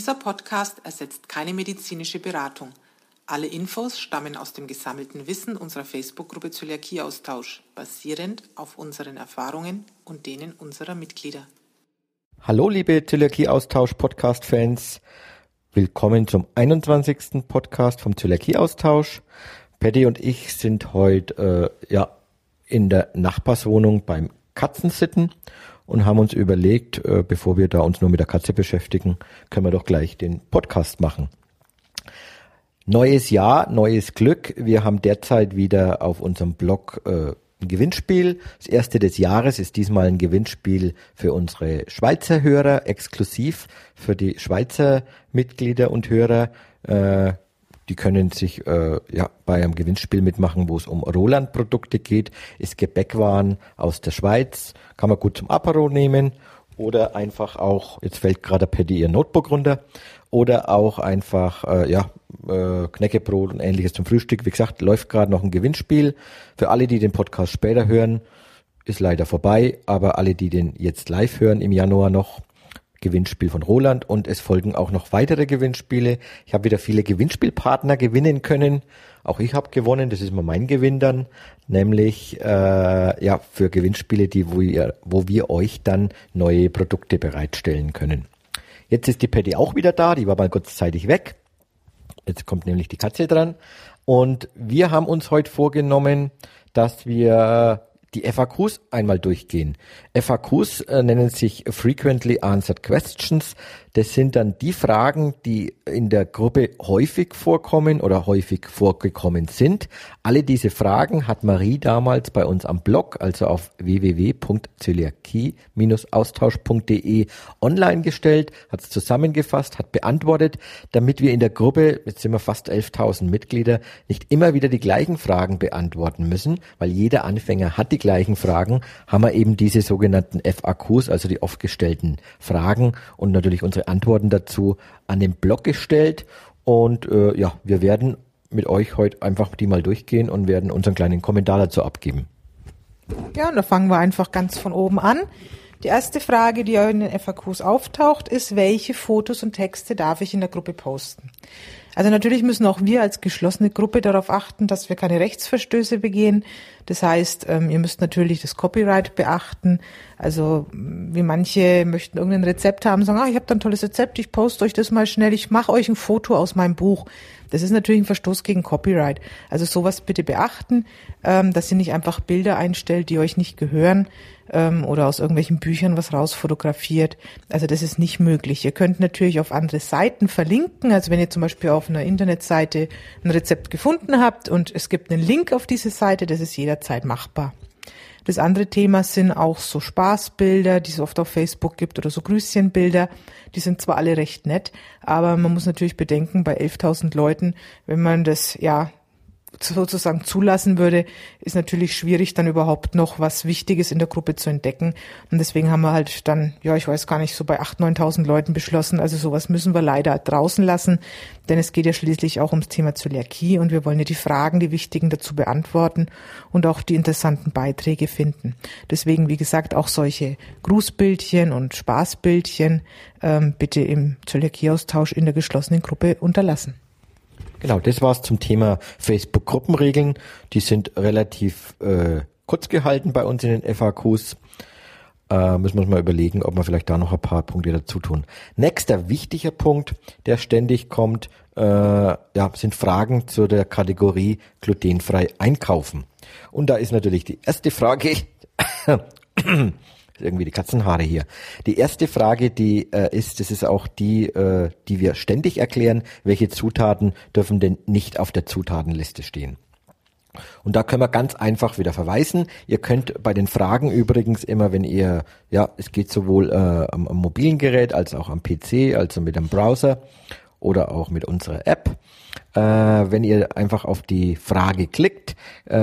Dieser Podcast ersetzt keine medizinische Beratung. Alle Infos stammen aus dem gesammelten Wissen unserer Facebook-Gruppe Zöliakie-Austausch, basierend auf unseren Erfahrungen und denen unserer Mitglieder. Hallo liebe Zöliakie-Austausch-Podcast-Fans, willkommen zum 21. Podcast vom Zöliakie-Austausch. Paddy und ich sind heute in der Nachbarswohnung beim Katzensitten und haben uns überlegt, bevor wir da uns nur mit der Katze beschäftigen, können wir doch gleich den Podcast machen. Neues Jahr, neues Glück. Wir haben derzeit wieder auf unserem Blog ein Gewinnspiel. Das erste des Jahres ist diesmal ein Gewinnspiel für unsere Schweizer Hörer, exklusiv für die Schweizer Mitglieder und Hörer. Die können sich bei einem Gewinnspiel mitmachen, wo es um Roland-Produkte geht. Ist Gebäckwaren aus der Schweiz, kann man gut zum Apero nehmen oder einfach auch, jetzt fällt gerade Paddy ihr Notebook runter, oder auch einfach Knäckebrot und ähnliches zum Frühstück. Wie gesagt, läuft gerade noch ein Gewinnspiel. Für alle, die den Podcast später hören, ist leider vorbei, aber alle, die den jetzt live hören im Januar noch, Gewinnspiel von Roland, und es folgen auch noch weitere Gewinnspiele. Ich habe wieder viele Gewinnspielpartner gewinnen können. Auch ich habe gewonnen, das ist mal mein Gewinn dann, nämlich für Gewinnspiele, wo wir euch dann neue Produkte bereitstellen können. Jetzt ist die Paddy auch wieder da, die war mal kurzzeitig weg. Jetzt kommt nämlich die Katze dran. Und wir haben uns heute vorgenommen, dass wir die FAQs einmal durchgehen. FAQs nennen sich Frequently Answered Questions. Das sind dann die Fragen, die in der Gruppe häufig vorkommen oder häufig vorgekommen sind. Alle diese Fragen hat Marie damals bei uns am Blog, also auf www.zöliakie-austausch.de online gestellt, hat es zusammengefasst, hat beantwortet, damit wir in der Gruppe, jetzt sind wir fast 11.000 Mitglieder, nicht immer wieder die gleichen Fragen beantworten müssen, weil jeder Anfänger hat die gleichen Fragen, haben wir eben diese sogenannten FAQs, also die oft gestellten Fragen und natürlich unsere Antworten dazu an den Blog gestellt. Und wir werden mit euch heute einfach die mal durchgehen und werden unseren kleinen Kommentar dazu abgeben. Ja, und da fangen wir einfach ganz von oben an. Die erste Frage, die in den FAQs auftaucht, ist, welche Fotos und Texte darf ich in der Gruppe posten? Also natürlich müssen auch wir als geschlossene Gruppe darauf achten, dass wir keine Rechtsverstöße begehen. Das heißt, ihr müsst natürlich das Copyright beachten. Also wie manche möchten irgendein Rezept haben, sagen, ich habe da ein tolles Rezept, ich poste euch das mal schnell, ich mache euch ein Foto aus meinem Buch. Das ist natürlich ein Verstoß gegen Copyright. Also sowas bitte beachten, dass ihr nicht einfach Bilder einstellt, die euch nicht gehören, oder aus irgendwelchen Büchern was rausfotografiert. Also das ist nicht möglich. Ihr könnt natürlich auf andere Seiten verlinken. Also wenn ihr zum Beispiel auf einer Internetseite ein Rezept gefunden habt und es gibt einen Link auf diese Seite, das ist jederzeit machbar. Das andere Thema sind auch so Spaßbilder, die es oft auf Facebook gibt, oder so Grüßchenbilder. Die sind zwar alle recht nett, aber man muss natürlich bedenken, bei 11.000 Leuten, wenn man das sozusagen zulassen würde, ist natürlich schwierig, dann überhaupt noch was Wichtiges in der Gruppe zu entdecken. Und deswegen haben wir halt dann, ich weiß gar nicht, so bei 8.000, 9.000 Leuten beschlossen, also sowas müssen wir leider draußen lassen, denn es geht ja schließlich auch ums Thema Zöliakie und wir wollen ja die Fragen, die wichtigen dazu beantworten und auch die interessanten Beiträge finden. Deswegen, wie gesagt, auch solche Grußbildchen und Spaßbildchen bitte im Zöliakie-Austausch in der geschlossenen Gruppe unterlassen. Genau, das war's zum Thema Facebook-Gruppenregeln. Die sind relativ kurz gehalten bei uns in den FAQs. Müssen wir uns mal überlegen, ob wir vielleicht da noch ein paar Punkte dazu tun. Nächster wichtiger Punkt, der ständig kommt, sind Fragen zu der Kategorie glutenfrei einkaufen. Und da ist natürlich die erste Frage, irgendwie die Katzenhaare hier. Die erste Frage, das ist auch die wir ständig erklären, welche Zutaten dürfen denn nicht auf der Zutatenliste stehen. Und da können wir ganz einfach wieder verweisen. Ihr könnt bei den Fragen übrigens immer, wenn ihr, es geht sowohl am mobilen Gerät als auch am PC, also mit dem Browser oder auch mit unserer App, wenn ihr einfach auf die Frage klickt,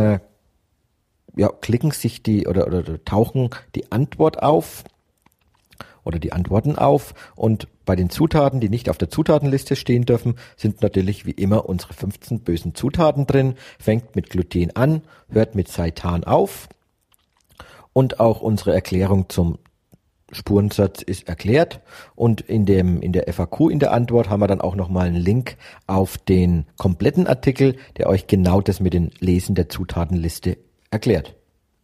klicken sich oder tauchen die Antwort auf oder die Antworten auf, und bei den Zutaten, die nicht auf der Zutatenliste stehen dürfen, sind natürlich wie immer unsere 15 bösen Zutaten drin, fängt mit Gluten an, hört mit Seitan auf, und auch unsere Erklärung zum Spurensatz ist erklärt und in der FAQ in der Antwort haben wir dann auch nochmal einen Link auf den kompletten Artikel, der euch genau das mit dem Lesen der Zutatenliste erklärt.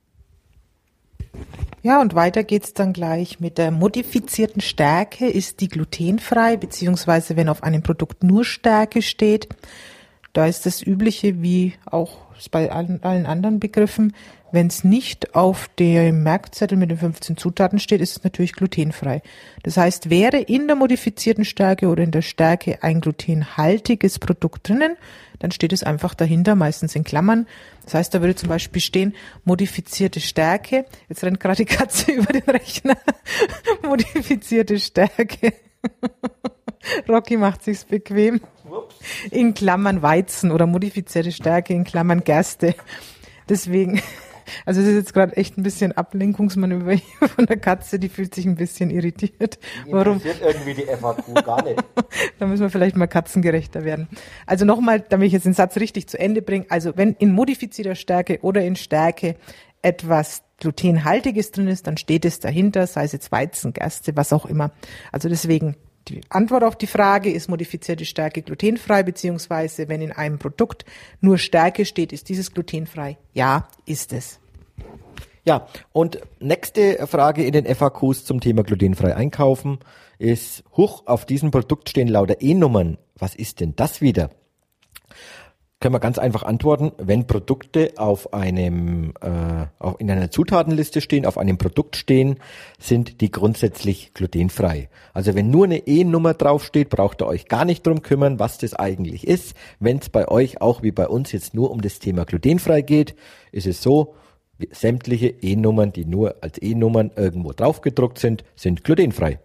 Ja, und weiter geht's dann gleich mit der modifizierten Stärke. Ist die glutenfrei, beziehungsweise wenn auf einem Produkt nur Stärke steht, da ist das Übliche, wie auch bei allen anderen Begriffen, wenn es nicht auf dem Merkzettel mit den 15 Zutaten steht, ist es natürlich glutenfrei. Das heißt, wäre in der modifizierten Stärke oder in der Stärke ein glutenhaltiges Produkt drinnen, dann steht es einfach dahinter, meistens in Klammern. Das heißt, da würde zum Beispiel stehen, modifizierte Stärke. Jetzt rennt gerade die Katze über den Rechner. Modifizierte Stärke. Rocky macht sich's bequem. In Klammern Weizen oder modifizierte Stärke in Klammern Gerste. Deswegen, also das ist jetzt gerade echt ein bisschen Ablenkungsmanöver hier von der Katze, die fühlt sich ein bisschen irritiert. Warum? Interessiert irgendwie die FAQ gar nicht. Da müssen wir vielleicht mal katzengerechter werden. Also nochmal, damit ich jetzt den Satz richtig zu Ende bringe, also wenn in modifizierter Stärke oder in Stärke etwas glutenhaltiges drin ist, dann steht es dahinter, sei es jetzt Weizen, Gerste, was auch immer. Also deswegen, die Antwort auf die Frage, ist modifizierte Stärke glutenfrei, beziehungsweise wenn in einem Produkt nur Stärke steht, ist dieses glutenfrei? Ja, ist es. Ja, und nächste Frage in den FAQs zum Thema glutenfrei einkaufen ist, auf diesem Produkt stehen lauter E-Nummern. Was ist denn das wieder? Können wir ganz einfach antworten, wenn Produkte in einer Zutatenliste stehen, auf einem Produkt stehen, sind die grundsätzlich glutenfrei. Also wenn nur eine E-Nummer draufsteht, braucht ihr euch gar nicht drum kümmern, was das eigentlich ist. Wenn es bei euch auch wie bei uns jetzt nur um das Thema glutenfrei geht, ist es so, sämtliche E-Nummern, die nur als E-Nummern irgendwo draufgedruckt sind glutenfrei.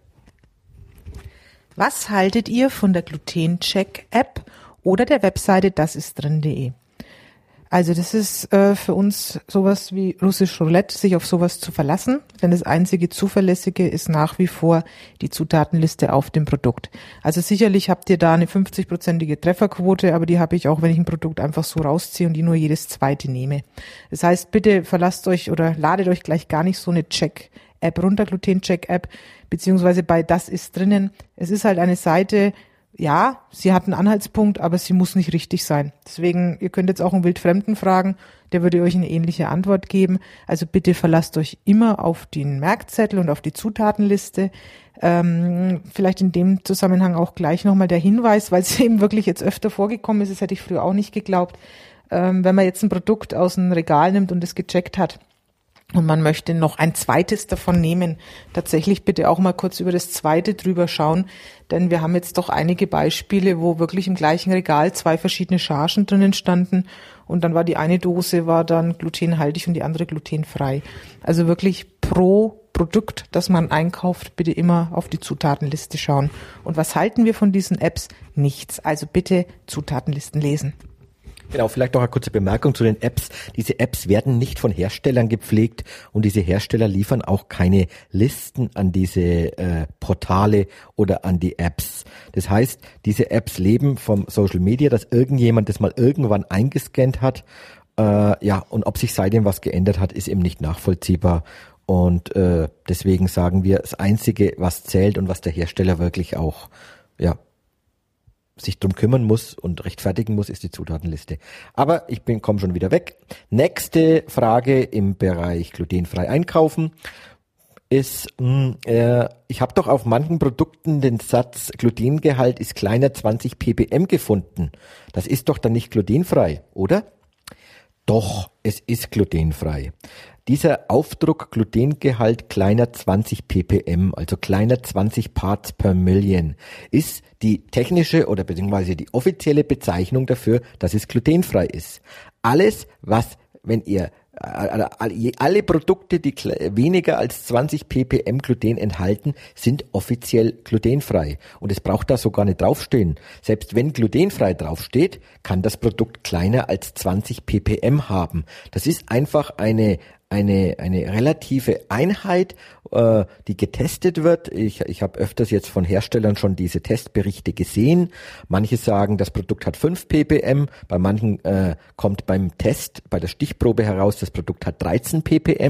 Was haltet ihr von der Glutencheck-App oder der Webseite dasistdrin.de? Also das ist für uns sowas wie russisch Roulette, sich auf sowas zu verlassen, denn das einzige Zuverlässige ist nach wie vor die Zutatenliste auf dem Produkt. Also sicherlich habt ihr da eine 50-prozentige Trefferquote, aber die habe ich auch, wenn ich ein Produkt einfach so rausziehe und die nur jedes zweite nehme. Das heißt, bitte verlasst euch oder ladet euch gleich gar nicht so eine Check-App runter, Glutencheck-App, beziehungsweise bei Das ist drinnen. Es ist halt eine Seite, ja, sie hat einen Anhaltspunkt, aber sie muss nicht richtig sein. Deswegen, ihr könnt jetzt auch einen Wildfremden fragen, der würde euch eine ähnliche Antwort geben. Also bitte verlasst euch immer auf den Merkzettel und auf die Zutatenliste. Vielleicht in dem Zusammenhang auch gleich nochmal der Hinweis, weil es eben wirklich jetzt öfter vorgekommen ist, das hätte ich früher auch nicht geglaubt. Wenn man jetzt ein Produkt aus dem Regal nimmt und es gecheckt hat, und man möchte noch ein zweites davon nehmen, tatsächlich bitte auch mal kurz über das zweite drüber schauen, denn wir haben jetzt doch einige Beispiele, wo wirklich im gleichen Regal 2 verschiedene Chargen drinnen standen und dann war die eine Dose dann glutenhaltig und die andere glutenfrei. Also wirklich pro Produkt, das man einkauft, bitte immer auf die Zutatenliste schauen. Und was halten wir von diesen Apps? Nichts. Also bitte Zutatenlisten lesen. Genau, vielleicht noch eine kurze Bemerkung zu den Apps. Diese Apps werden nicht von Herstellern gepflegt und diese Hersteller liefern auch keine Listen an diese Portale oder an die Apps. Das heißt, diese Apps leben vom Social Media, dass irgendjemand das mal irgendwann eingescannt hat. Und ob sich seitdem was geändert hat, ist eben nicht nachvollziehbar. Und deswegen sagen wir, das Einzige, was zählt und was der Hersteller wirklich auch sich drum kümmern muss und rechtfertigen muss, ist die Zutatenliste. Aber ich komme schon wieder weg. Nächste Frage im Bereich glutenfrei einkaufen ist, ich habe doch auf manchen Produkten den Satz, Glutengehalt ist kleiner 20 ppm gefunden. Das ist doch dann nicht glutenfrei, oder? Doch, es ist glutenfrei. Dieser Aufdruck Glutengehalt kleiner 20 ppm, also kleiner 20 Parts per Million, ist die technische oder beziehungsweise die offizielle Bezeichnung dafür, dass es glutenfrei ist. Alles, wenn ihr alle Produkte, die weniger als 20 ppm Gluten enthalten, sind offiziell glutenfrei. Und es braucht da sogar nicht draufstehen. Selbst wenn glutenfrei draufsteht, kann das Produkt kleiner als 20 ppm haben. Das ist einfach eine relative Einheit, die getestet wird. Ich habe öfters jetzt von Herstellern schon diese Testberichte gesehen. Manche sagen, das Produkt hat 5 ppm, bei manchen kommt beim Test, bei der Stichprobe heraus, das Produkt hat 13 ppm.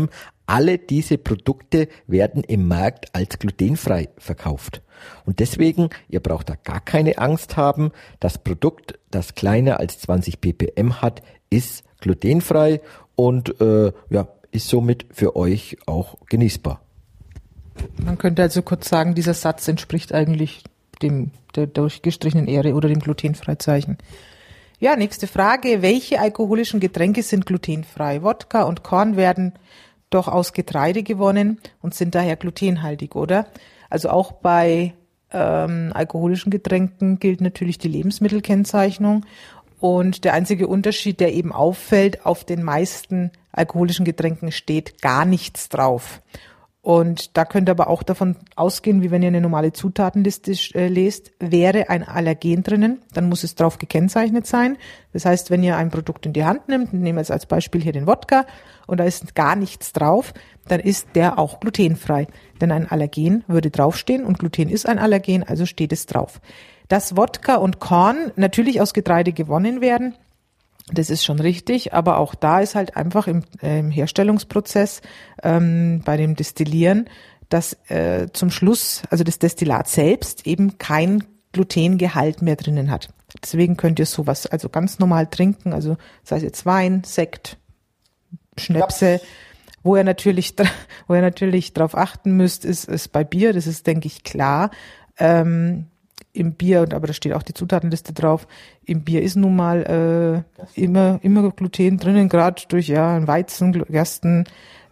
alle diese Produkte werden im Markt als glutenfrei verkauft. Und deswegen, ihr braucht da gar keine Angst haben, das Produkt, das kleiner als 20 ppm hat, ist glutenfrei und ist somit für euch auch genießbar. Man könnte also kurz sagen, dieser Satz entspricht eigentlich der durchgestrichenen Ähre oder dem Glutenfreizeichen. Ja, nächste Frage. Welche alkoholischen Getränke sind glutenfrei? Wodka und Korn werden doch aus Getreide gewonnen und sind daher glutenhaltig, oder? Also auch bei alkoholischen Getränken gilt natürlich die Lebensmittelkennzeichnung. Und der einzige Unterschied, der eben auffällt, auf den meisten alkoholischen Getränken steht gar nichts drauf. Und da könnt ihr aber auch davon ausgehen, wie wenn ihr eine normale Zutatenliste lest, wäre ein Allergen drinnen, dann muss es drauf gekennzeichnet sein. Das heißt, wenn ihr ein Produkt in die Hand nimmt, nehmen wir jetzt als Beispiel hier den Wodka, und da ist gar nichts drauf, dann ist der auch glutenfrei. Denn ein Allergen würde draufstehen und Gluten ist ein Allergen, also steht es drauf. Dass Wodka und Korn natürlich aus Getreide gewonnen werden, das ist schon richtig, aber auch da ist halt einfach im Herstellungsprozess bei dem Destillieren, dass zum Schluss, also das Destillat selbst eben kein Glutengehalt mehr drinnen hat. Deswegen könnt ihr sowas also ganz normal trinken, also sei es jetzt Wein, Sekt, Schnäpse. Wo ihr natürlich drauf achten müsst, ist bei Bier, das ist, denke ich, klar. Im Bier, aber da steht auch die Zutatenliste drauf, im Bier ist nun mal immer Gluten drinnen, gerade durch ein Weizen, Gersten,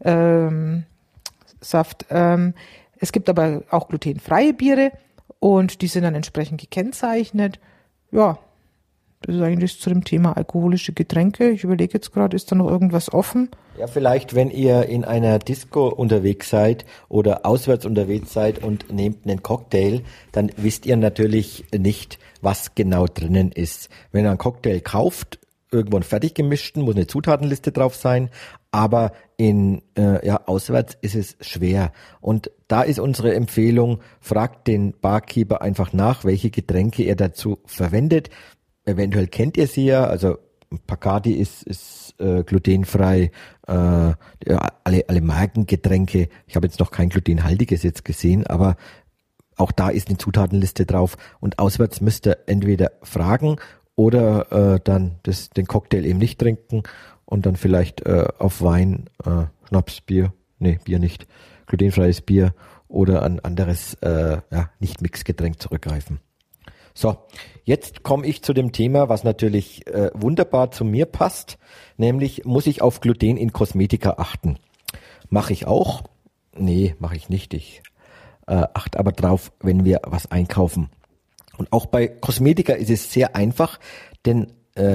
Saft. Es gibt aber auch glutenfreie Biere und die sind dann entsprechend gekennzeichnet. Ja, das ist eigentlich zu dem Thema alkoholische Getränke. Ich überlege jetzt gerade, ist da noch irgendwas offen? Ja, vielleicht, wenn ihr in einer Disco unterwegs seid oder auswärts unterwegs seid und nehmt einen Cocktail, dann wisst ihr natürlich nicht, was genau drinnen ist. Wenn ihr einen Cocktail kauft, irgendwo einen fertig gemischten, muss eine Zutatenliste drauf sein, aber auswärts ist es schwer. Und da ist unsere Empfehlung, fragt den Barkeeper einfach nach, welche Getränke er dazu verwendet. Eventuell kennt ihr sie ja, also Bacardi ist glutenfrei, alle Markengetränke. Ich habe jetzt noch kein glutenhaltiges jetzt gesehen, aber auch da ist eine Zutatenliste drauf. Und auswärts müsst ihr entweder fragen oder dann den Cocktail eben nicht trinken und dann vielleicht auf Wein, Schnaps, Bier nicht, glutenfreies Bier oder ein anderes Nicht-Mix-Getränk zurückgreifen. So, jetzt komme ich zu dem Thema, was natürlich wunderbar zu mir passt, nämlich muss ich auf Gluten in Kosmetika achten. Mache ich auch? Nee, mache ich nicht. Ich achte aber drauf, wenn wir was einkaufen. Und auch bei Kosmetika ist es sehr einfach, denn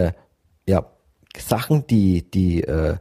Sachen, die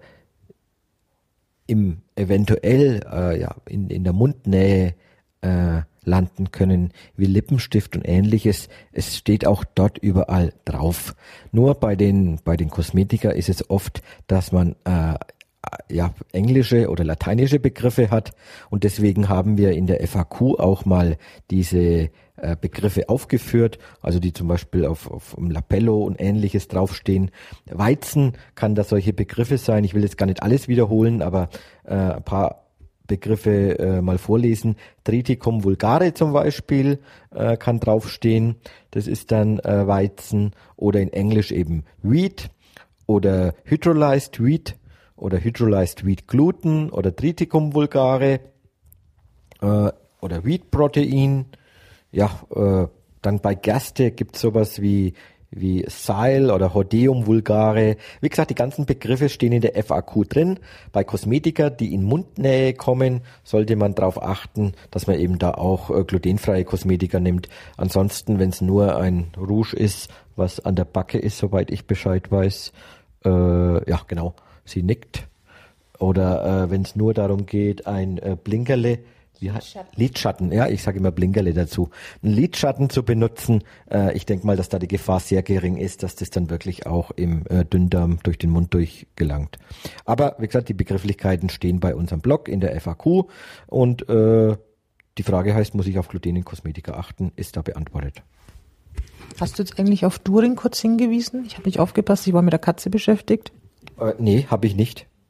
im eventuell in der Mundnähe landen können, wie Lippenstift und ähnliches. Es steht auch dort überall drauf. Nur bei den Kosmetika ist es oft, dass man englische oder lateinische Begriffe hat und deswegen haben wir in der FAQ auch mal diese Begriffe aufgeführt, also die zum Beispiel auf dem Lapello und ähnliches draufstehen. Weizen kann da solche Begriffe sein. Ich will jetzt gar nicht alles wiederholen, aber ein paar Begriffe mal vorlesen. Triticum vulgare zum Beispiel kann draufstehen. Das ist dann Weizen oder in Englisch eben Wheat oder Hydrolyzed Wheat oder Hydrolyzed Wheat Gluten oder Triticum vulgare oder Wheat Protein. Ja, dann bei Gerste gibt es sowas wie Sile oder Hordeum vulgare. Wie gesagt, die ganzen Begriffe stehen in der FAQ drin. Bei Kosmetika, die in Mundnähe kommen, sollte man darauf achten, dass man eben da auch glutenfreie Kosmetika nimmt. Ansonsten, wenn es nur ein Rouge ist, was an der Backe ist, soweit ich Bescheid weiß, genau, sie nickt. Oder wenn es nur darum geht, ein Blinkerle, Lidschatten, ja, ich sage immer Blinkerle dazu. Einen Lidschatten zu benutzen, ich denke mal, dass da die Gefahr sehr gering ist, dass das dann wirklich auch im Dünndarm durch den Mund durchgelangt. Aber wie gesagt, die Begrifflichkeiten stehen bei unserem Blog in der FAQ und die Frage heißt, muss ich auf Gluten in Kosmetika achten, ist da beantwortet. Hast du jetzt eigentlich auf Durin kurz hingewiesen? Ich habe nicht aufgepasst, ich war mit der Katze beschäftigt. Nee, habe ich nicht.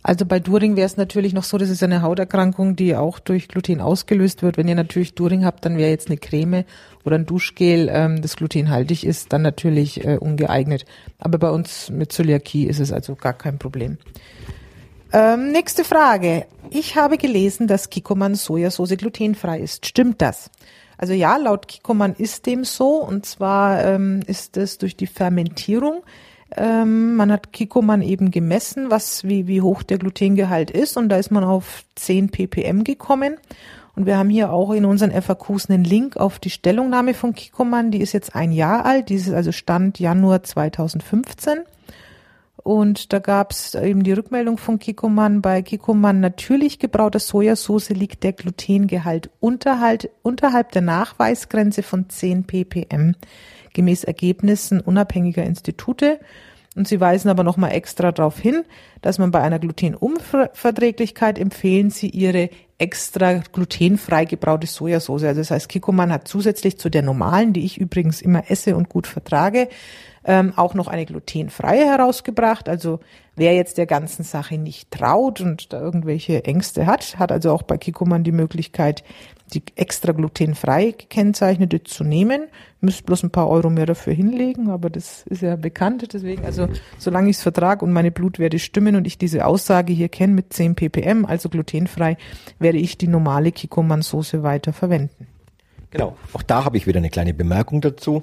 Also bei During wäre es natürlich noch so, das ist eine Hauterkrankung, die auch durch Gluten ausgelöst wird. Wenn ihr natürlich During habt, dann wäre jetzt eine Creme oder ein Duschgel, das glutenhaltig ist, dann natürlich ungeeignet. Aber bei uns mit Zöliakie ist es also gar kein Problem. Nächste Frage. Ich habe gelesen, dass Kikkoman Sojasauce glutenfrei ist. Stimmt das? Also ja, laut Kikkoman ist dem so. Und zwar ist es durch die Fermentierung. Man hat Kikkoman eben gemessen, wie hoch der Glutengehalt ist, und da ist man auf 10 ppm gekommen. Und wir haben hier auch in unseren FAQs einen Link auf die Stellungnahme von Kikkoman. Die ist jetzt 1 Jahr alt, die ist also Stand Januar 2015. Und da gab es eben die Rückmeldung von Kikkoman. Bei Kikkoman natürlich gebrauter Sojasauce liegt der Glutengehalt unterhalb der Nachweisgrenze von 10 ppm. Gemäß Ergebnissen unabhängiger Institute. Und sie weisen aber nochmal extra darauf hin, dass man bei einer Glutenunverträglichkeit empfehlen sie ihre extra glutenfrei gebraute Sojasauce. Also das heißt, Kikkoman hat zusätzlich zu der normalen, die ich übrigens immer esse und gut vertrage, auch noch eine glutenfreie herausgebracht. Also wer jetzt der ganzen Sache nicht traut und da irgendwelche Ängste hat also auch bei Kikkoman die Möglichkeit, die extra glutenfrei gekennzeichnete zu nehmen. Müsst bloß ein paar Euro mehr dafür hinlegen, aber das ist ja bekannt. Deswegen, also solange ich es vertrage und meine Blutwerte stimmen und ich diese Aussage hier kenne mit 10 ppm, also glutenfrei, werde ich die normale Kikkoman-Soße weiter verwenden. Genau, auch da habe ich wieder eine kleine Bemerkung dazu.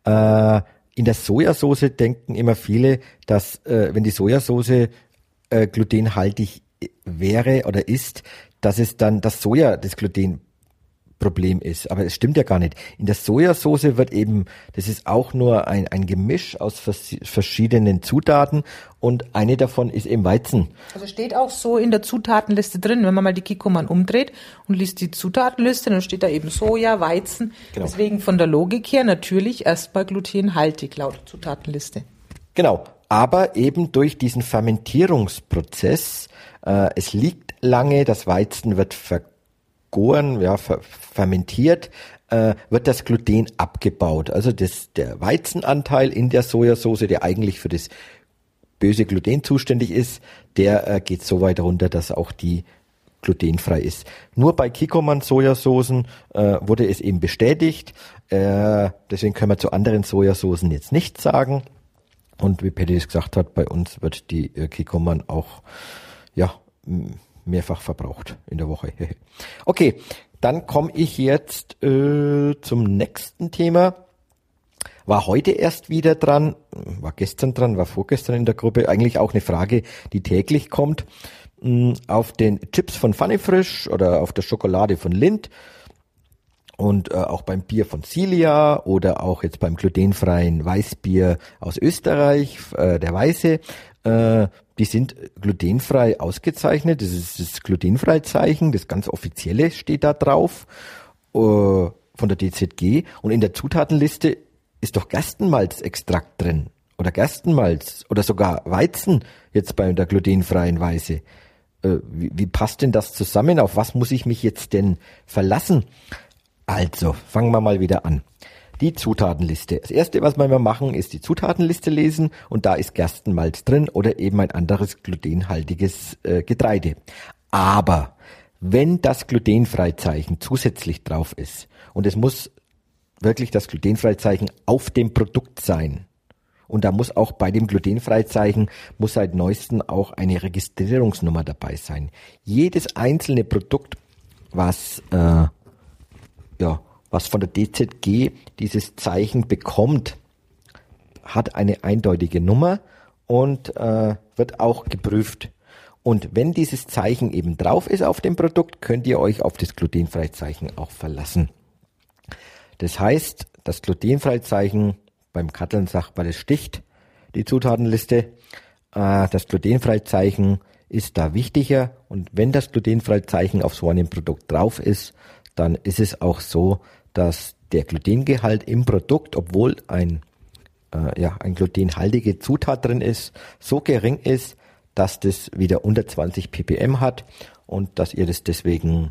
In der Sojasauce denken immer viele, dass wenn die Sojasauce glutenhaltig wäre oder ist, dass es dann das Soja das Glutenproblem ist. Aber es stimmt ja gar nicht. In der Sojasauce wird eben, das ist auch nur ein Gemisch aus verschiedenen Zutaten und eine davon ist eben Weizen. Also steht auch so in der Zutatenliste drin, wenn man mal die Kikkoman umdreht und liest die Zutatenliste, dann steht da eben Soja, Weizen. Genau. Deswegen von der Logik her natürlich erstmal glutenhaltig laut Zutatenliste. Genau, aber eben durch diesen Fermentierungsprozess, es liegt lange, das Weizen wird vergoren, fermentiert, wird das Gluten abgebaut. Also der Weizenanteil in der Sojasauce, der eigentlich für das böse Gluten zuständig ist, der geht so weit runter, dass auch die glutenfrei ist. Nur bei Kikkoman Sojasoßen wurde es eben bestätigt. Deswegen können wir zu anderen Sojasoßen jetzt nichts sagen. Und wie Patty es gesagt hat, bei uns wird die Kikkoman auch mehrfach verbraucht in der Woche. Okay, dann komme ich jetzt zum nächsten Thema. War heute erst wieder dran, war gestern dran, war vorgestern in der Gruppe. Eigentlich auch eine Frage, die täglich kommt. Auf den Chips von Funny Frisch oder auf der Schokolade von Lindt und auch beim Bier von Cilia oder auch jetzt beim glutenfreien Weißbier aus Österreich, der Weiße, die sind glutenfrei ausgezeichnet. Das ist das Glutenfreizeichen, das ganz offizielle steht da drauf von der DZG. Und in der Zutatenliste ist doch Gerstenmalzextrakt drin oder Gerstenmalz oder sogar Weizen jetzt bei der glutenfreien Weiße. Wie passt denn das zusammen? Auf was muss ich mich jetzt denn verlassen? Also, fangen wir mal wieder an. Die Zutatenliste. Das erste, was wir machen, ist die Zutatenliste lesen und da ist Gerstenmalz drin oder eben ein anderes glutenhaltiges Getreide. Aber wenn das Glutenfreizeichen zusätzlich drauf ist und es muss wirklich das Glutenfreizeichen auf dem Produkt sein und da muss auch bei dem Glutenfreizeichen muss seit neuestem auch eine Registrierungsnummer dabei sein. Jedes einzelne Produkt, was von der DZG dieses Zeichen bekommt, hat eine eindeutige Nummer und wird auch geprüft. Und wenn dieses Zeichen eben drauf ist auf dem Produkt, könnt ihr euch auf das Glutenfreizeichen auch verlassen. Das heißt, das Glutenfreizeichen beim Katteln sagt, weil es sticht, die Zutatenliste, das Glutenfreizeichen ist da wichtiger. Und wenn das Glutenfreizeichen auf so einem Produkt drauf ist, dann ist es auch so, dass der Glutengehalt im Produkt, obwohl ein glutenhaltige Zutat drin ist, so gering ist, dass das wieder unter 20 ppm hat und dass ihr das deswegen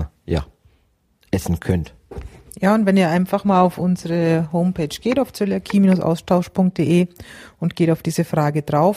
essen könnt. Ja, und wenn ihr einfach mal auf unsere Homepage geht, auf zöliakie-austausch.de und geht auf diese Frage drauf,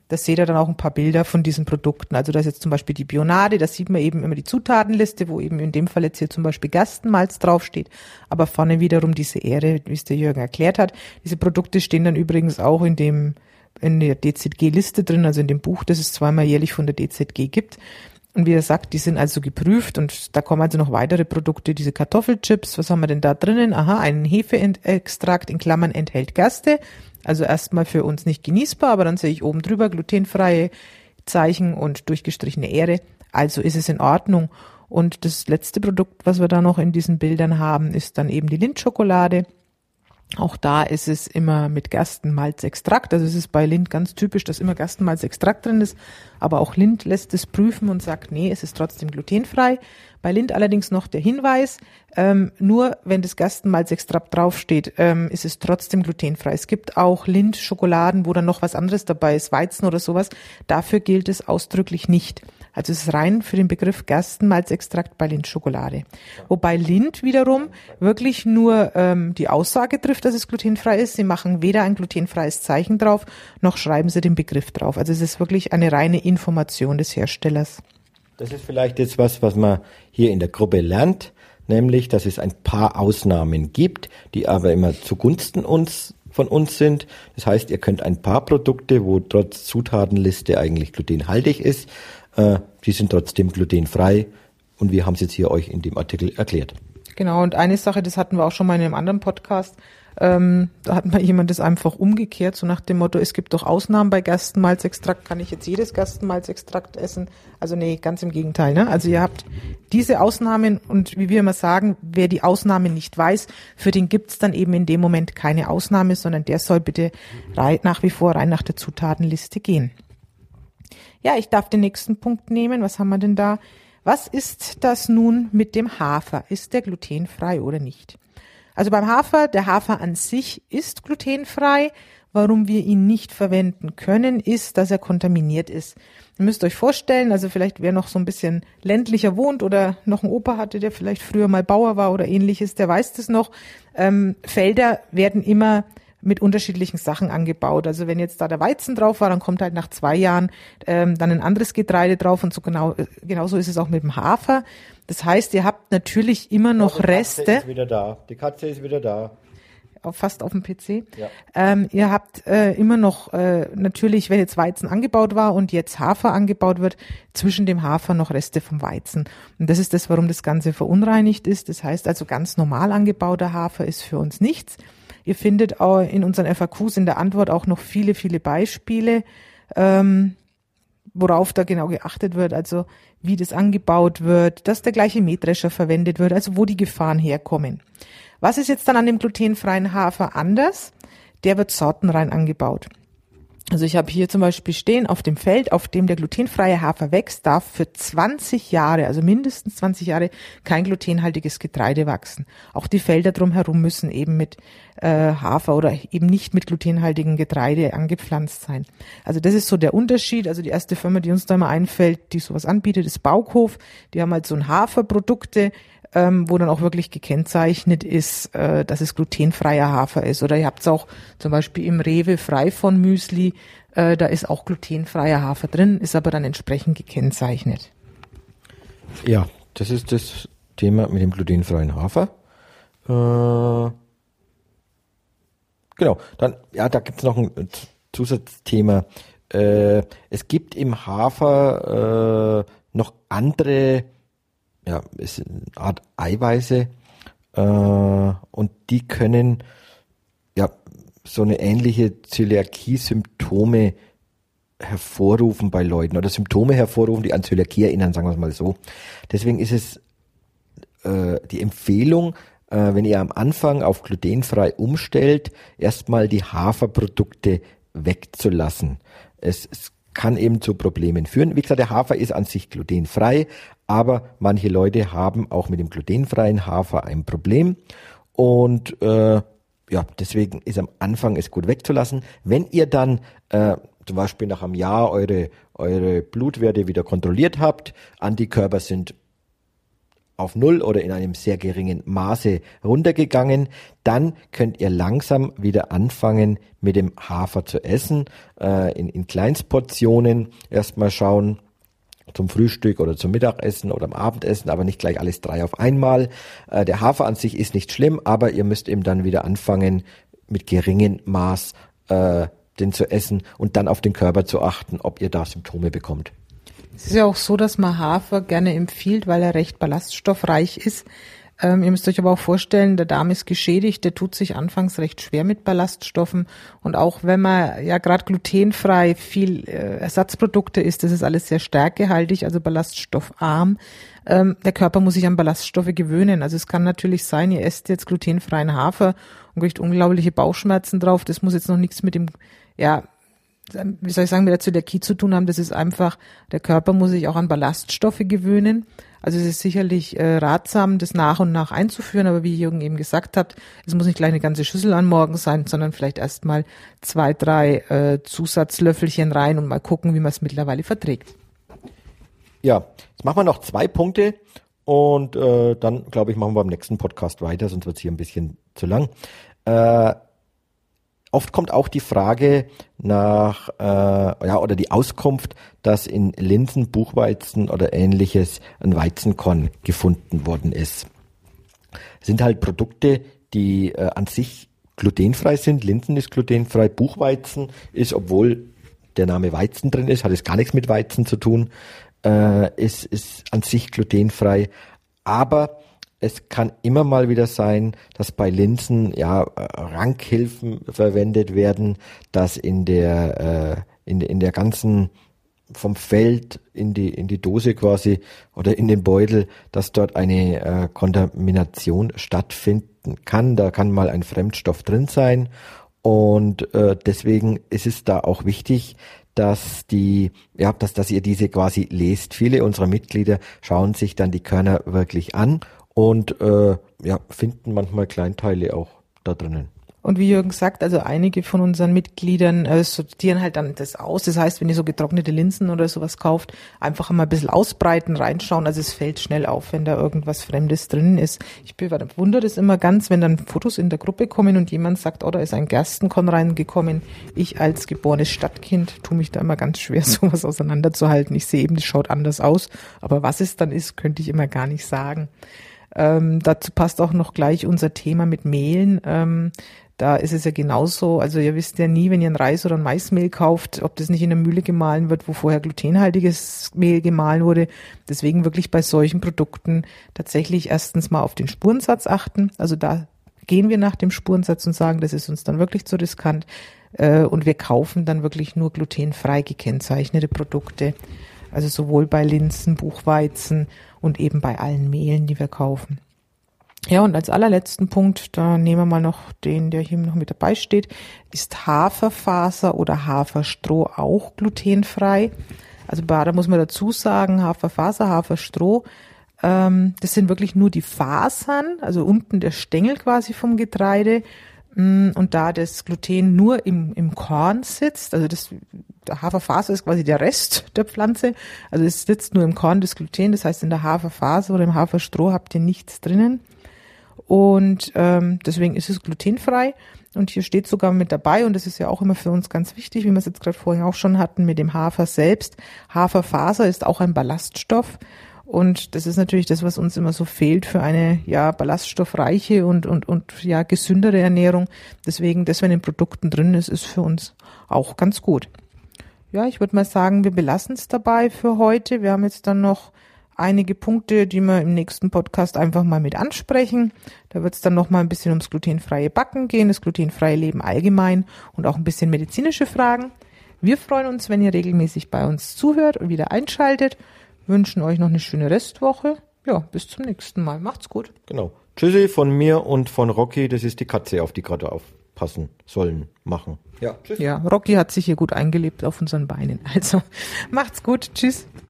Da seht ihr dann auch ein paar Bilder von diesen Produkten. Also da ist jetzt zum Beispiel die Bionade, da sieht man eben immer die Zutatenliste, wo eben in dem Fall jetzt hier zum Beispiel Gerstenmalz draufsteht, aber vorne wiederum diese Ähre, wie es der Jürgen erklärt hat. Diese Produkte stehen dann übrigens auch in der DZG-Liste drin, also in dem Buch, das es zweimal jährlich von der DZG gibt. Und wie er sagt, die sind also geprüft und da kommen also noch weitere Produkte, diese Kartoffelchips. Was haben wir denn da drinnen? Aha, einen Hefeextrakt in Klammern enthält Gerste. Also erstmal für uns nicht genießbar, aber dann sehe ich oben drüber glutenfreie Zeichen und durchgestrichene Ähre. Also ist es in Ordnung. Und das letzte Produkt, was wir da noch in diesen Bildern haben, ist dann eben die Lindt-Schokolade. Auch da ist es immer mit Gerstenmalzextrakt. Also es ist bei Lindt ganz typisch, dass immer Gerstenmalzextrakt drin ist. Aber auch Lindt lässt es prüfen und sagt, nee, es ist trotzdem glutenfrei. Bei Lindt allerdings noch der Hinweis, nur wenn das Gerstenmalzextrakt draufsteht, ist es trotzdem glutenfrei. Es gibt auch Lindt-Schokoladen, wo dann noch was anderes dabei ist, Weizen oder sowas. Dafür gilt es ausdrücklich nicht. Also es ist rein für den Begriff Gerstenmalzextrakt bei Lindt-Schokolade. Wobei Lindt wiederum wirklich nur die Aussage trifft, dass es glutenfrei ist. Sie machen weder ein glutenfreies Zeichen drauf, noch schreiben sie den Begriff drauf. Also es ist wirklich eine reine Information des Herstellers. Das ist vielleicht jetzt was man hier in der Gruppe lernt, nämlich, dass es ein paar Ausnahmen gibt, die aber immer zugunsten von uns sind. Das heißt, ihr könnt ein paar Produkte, wo trotz Zutatenliste eigentlich glutenhaltig ist, die sind trotzdem glutenfrei und wir haben es jetzt hier euch in dem Artikel erklärt. Genau, und eine Sache, das hatten wir auch schon mal in einem anderen Podcast, da hat mal jemand das einfach umgekehrt, so nach dem Motto, es gibt doch Ausnahmen bei Gerstenmalzextrakt, kann ich jetzt jedes Gerstenmalzextrakt essen? Also nee, ganz im Gegenteil. Ne? Also ihr habt diese Ausnahmen und wie wir immer sagen, wer die Ausnahmen nicht weiß, für den gibt's dann eben in dem Moment keine Ausnahme, sondern der soll bitte nach wie vor rein nach der Zutatenliste gehen. Ja, ich darf den nächsten Punkt nehmen. Was haben wir denn da? Was ist das nun mit dem Hafer? Ist der glutenfrei oder nicht? Also beim Hafer, der Hafer an sich ist glutenfrei. Warum wir ihn nicht verwenden können, ist, dass er kontaminiert ist. Ihr müsst euch vorstellen, also vielleicht wer noch so ein bisschen ländlicher wohnt oder noch einen Opa hatte, der vielleicht früher mal Bauer war oder ähnliches, der weiß das noch. Felder werden immer mit unterschiedlichen Sachen angebaut. Also wenn jetzt da der Weizen drauf war, dann kommt halt nach 2 Jahren dann ein anderes Getreide drauf und so genauso ist es auch mit dem Hafer. Das heißt, ihr habt natürlich immer noch Reste. Die Katze ist wieder da. Die Katze ist wieder da. Fast auf dem PC. Ja. Ihr habt immer noch natürlich, wenn jetzt Weizen angebaut war und jetzt Hafer angebaut wird, zwischen dem Hafer noch Reste vom Weizen. Und das ist das, warum das Ganze verunreinigt ist. Das heißt also, ganz normal angebauter Hafer ist für uns nichts. Ihr findet auch in unseren FAQs in der Antwort auch noch viele, viele Beispiele, worauf da genau geachtet wird, also wie das angebaut wird, dass der gleiche Mähdrescher verwendet wird, also wo die Gefahren herkommen. Was ist jetzt dann an dem glutenfreien Hafer anders? Der wird sortenrein angebaut. Also ich habe hier zum Beispiel stehen, auf dem Feld, auf dem der glutenfreie Hafer wächst, darf für 20 Jahre, also mindestens 20 Jahre, kein glutenhaltiges Getreide wachsen. Auch die Felder drumherum müssen eben mit Hafer oder eben nicht mit glutenhaltigem Getreide angepflanzt sein. Also das ist so der Unterschied. Also die erste Firma, die uns da mal einfällt, die sowas anbietet, ist Baukhof. Die haben halt so ein Haferprodukte, wo dann auch wirklich gekennzeichnet ist, dass es glutenfreier Hafer ist. Oder ihr habt es auch zum Beispiel im Rewe frei von Müsli, da ist auch glutenfreier Hafer drin, ist aber dann entsprechend gekennzeichnet. Ja, das ist das Thema mit dem glutenfreien Hafer. Genau, dann, ja, da gibt's noch ein Zusatzthema. Es gibt im Hafer noch andere, ja, ist eine Art Eiweiße, und die können ja so eine ähnliche Zöliakie-Symptome hervorrufen bei Leuten oder Symptome hervorrufen, die an Zöliakie erinnern, sagen wir es mal so. Deswegen ist es die Empfehlung, wenn ihr am Anfang auf glutenfrei umstellt, erstmal die Haferprodukte wegzulassen. Es kann eben zu Problemen führen. Wie gesagt, der Hafer ist an sich glutenfrei, aber manche Leute haben auch mit dem glutenfreien Hafer ein Problem und ja, deswegen ist am Anfang es gut wegzulassen. Wenn ihr dann zum Beispiel nach einem Jahr eure Blutwerte wieder kontrolliert habt, Antikörper sind auf 0 oder in einem sehr geringen Maße runtergegangen, dann könnt ihr langsam wieder anfangen, mit dem Hafer zu essen, in Kleinstportionen erstmal schauen, zum Frühstück oder zum Mittagessen oder am Abendessen, aber nicht gleich alles 3 auf einmal. Der Hafer an sich ist nicht schlimm, aber ihr müsst eben dann wieder anfangen, mit geringem Maß den zu essen und dann auf den Körper zu achten, ob ihr da Symptome bekommt. Es ist ja auch so, dass man Hafer gerne empfiehlt, weil er recht ballaststoffreich ist. Ihr müsst euch aber auch vorstellen, der Darm ist geschädigt, der tut sich anfangs recht schwer mit Ballaststoffen. Und auch wenn man ja gerade glutenfrei viel Ersatzprodukte isst, das ist alles sehr stärkehaltig, also ballaststoffarm. Der Körper muss sich an Ballaststoffe gewöhnen. Also es kann natürlich sein, ihr esst jetzt glutenfreien Hafer und kriegt unglaubliche Bauchschmerzen drauf. Das muss jetzt noch nichts mit dem, mit der Zöliakie zu tun haben. Das ist einfach, der Körper muss sich auch an Ballaststoffe gewöhnen. Also es ist sicherlich ratsam, das nach und nach einzuführen, aber wie Jürgen eben gesagt hat, es muss nicht gleich eine ganze Schüssel an morgen sein, sondern vielleicht erstmal 2, 3 Zusatzlöffelchen rein und mal gucken, wie man es mittlerweile verträgt. Ja, jetzt machen wir noch 2 Punkte und dann, glaube ich, machen wir beim nächsten Podcast weiter, sonst wird es hier ein bisschen zu lang. Oft kommt auch die Frage nach, oder die Auskunft, dass in Linsen, Buchweizen oder ähnliches ein Weizenkorn gefunden worden ist. Das sind halt Produkte, die an sich glutenfrei sind. Linsen ist glutenfrei, Buchweizen ist, obwohl der Name Weizen drin ist, hat es gar nichts mit Weizen zu tun, ist an sich glutenfrei. Aber es kann immer mal wieder sein, dass bei Linsen Rankhilfen verwendet werden, dass in der ganzen vom Feld in die Dose quasi oder in den Beutel, dass dort eine Kontamination stattfinden kann. Da kann mal ein Fremdstoff drin sein und deswegen ist es da auch wichtig, dass ihr diese quasi lest. Viele unserer Mitglieder schauen sich dann die Körner wirklich an und finden manchmal Kleinteile auch da drinnen. Und wie Jürgen sagt, also einige von unseren Mitgliedern sortieren halt dann das aus. Das heißt, wenn ihr so getrocknete Linsen oder sowas kauft, einfach mal ein bisschen ausbreiten, reinschauen. Also es fällt schnell auf, wenn da irgendwas Fremdes drin ist. Ich bewundere das immer ganz, wenn dann Fotos in der Gruppe kommen und jemand sagt, da ist ein Gerstenkorn reingekommen. Ich als geborenes Stadtkind tue mich da immer ganz schwer, sowas auseinanderzuhalten. Ich sehe eben, das schaut anders aus. Aber was es dann ist, könnte ich immer gar nicht sagen. Dazu passt auch noch gleich unser Thema mit Mehlen. Da ist es ja genauso, also ihr wisst ja nie, wenn ihr ein Reis- oder ein Maismehl kauft, ob das nicht in der Mühle gemahlen wird, wo vorher glutenhaltiges Mehl gemahlen wurde. Deswegen wirklich bei solchen Produkten tatsächlich erstens mal auf den Spurensatz achten. Also da gehen wir nach dem Spurensatz und sagen, das ist uns dann wirklich zu riskant. Und wir kaufen dann wirklich nur glutenfrei gekennzeichnete Produkte. Also sowohl bei Linsen, Buchweizen und eben bei allen Mehlen, die wir kaufen. Ja, und als allerletzten Punkt, da nehmen wir mal noch den, der hier noch mit dabei steht, ist Haferfaser oder Haferstroh auch glutenfrei? Also da muss man dazu sagen, Haferfaser, Haferstroh, das sind wirklich nur die Fasern, also unten der Stängel quasi vom Getreide. Und da das Gluten nur im Korn sitzt, also der Haferfaser ist quasi der Rest der Pflanze, also es sitzt nur im Korn das Gluten, das heißt in der Haferfaser oder im Haferstroh habt ihr nichts drinnen. Und deswegen ist es glutenfrei und hier steht sogar mit dabei, und das ist ja auch immer für uns ganz wichtig, wie wir es jetzt gerade vorhin auch schon hatten mit dem Hafer selbst. Haferfaser ist auch ein Ballaststoff und das ist natürlich das, was uns immer so fehlt für eine ballaststoffreiche und gesündere Ernährung. Deswegen, das, wenn in Produkten drin ist für uns auch ganz gut. Ja, ich würde mal sagen, wir belassen es dabei für heute. Wir haben jetzt dann noch einige Punkte, die wir im nächsten Podcast einfach mal mit ansprechen. Da wird es dann noch mal ein bisschen ums glutenfreie Backen gehen, das glutenfreie Leben allgemein und auch ein bisschen medizinische Fragen. Wir freuen uns, wenn ihr regelmäßig bei uns zuhört und wieder einschaltet. Wünschen euch noch eine schöne Restwoche. Ja, bis zum nächsten Mal. Macht's gut. Genau. Tschüssi von mir und von Rocky. Das ist die Katze, auf die gerade aufpassen sollen, machen. Ja, tschüss. Ja, Rocky hat sich hier gut eingelebt auf unseren Beinen. Also, macht's gut. Tschüss.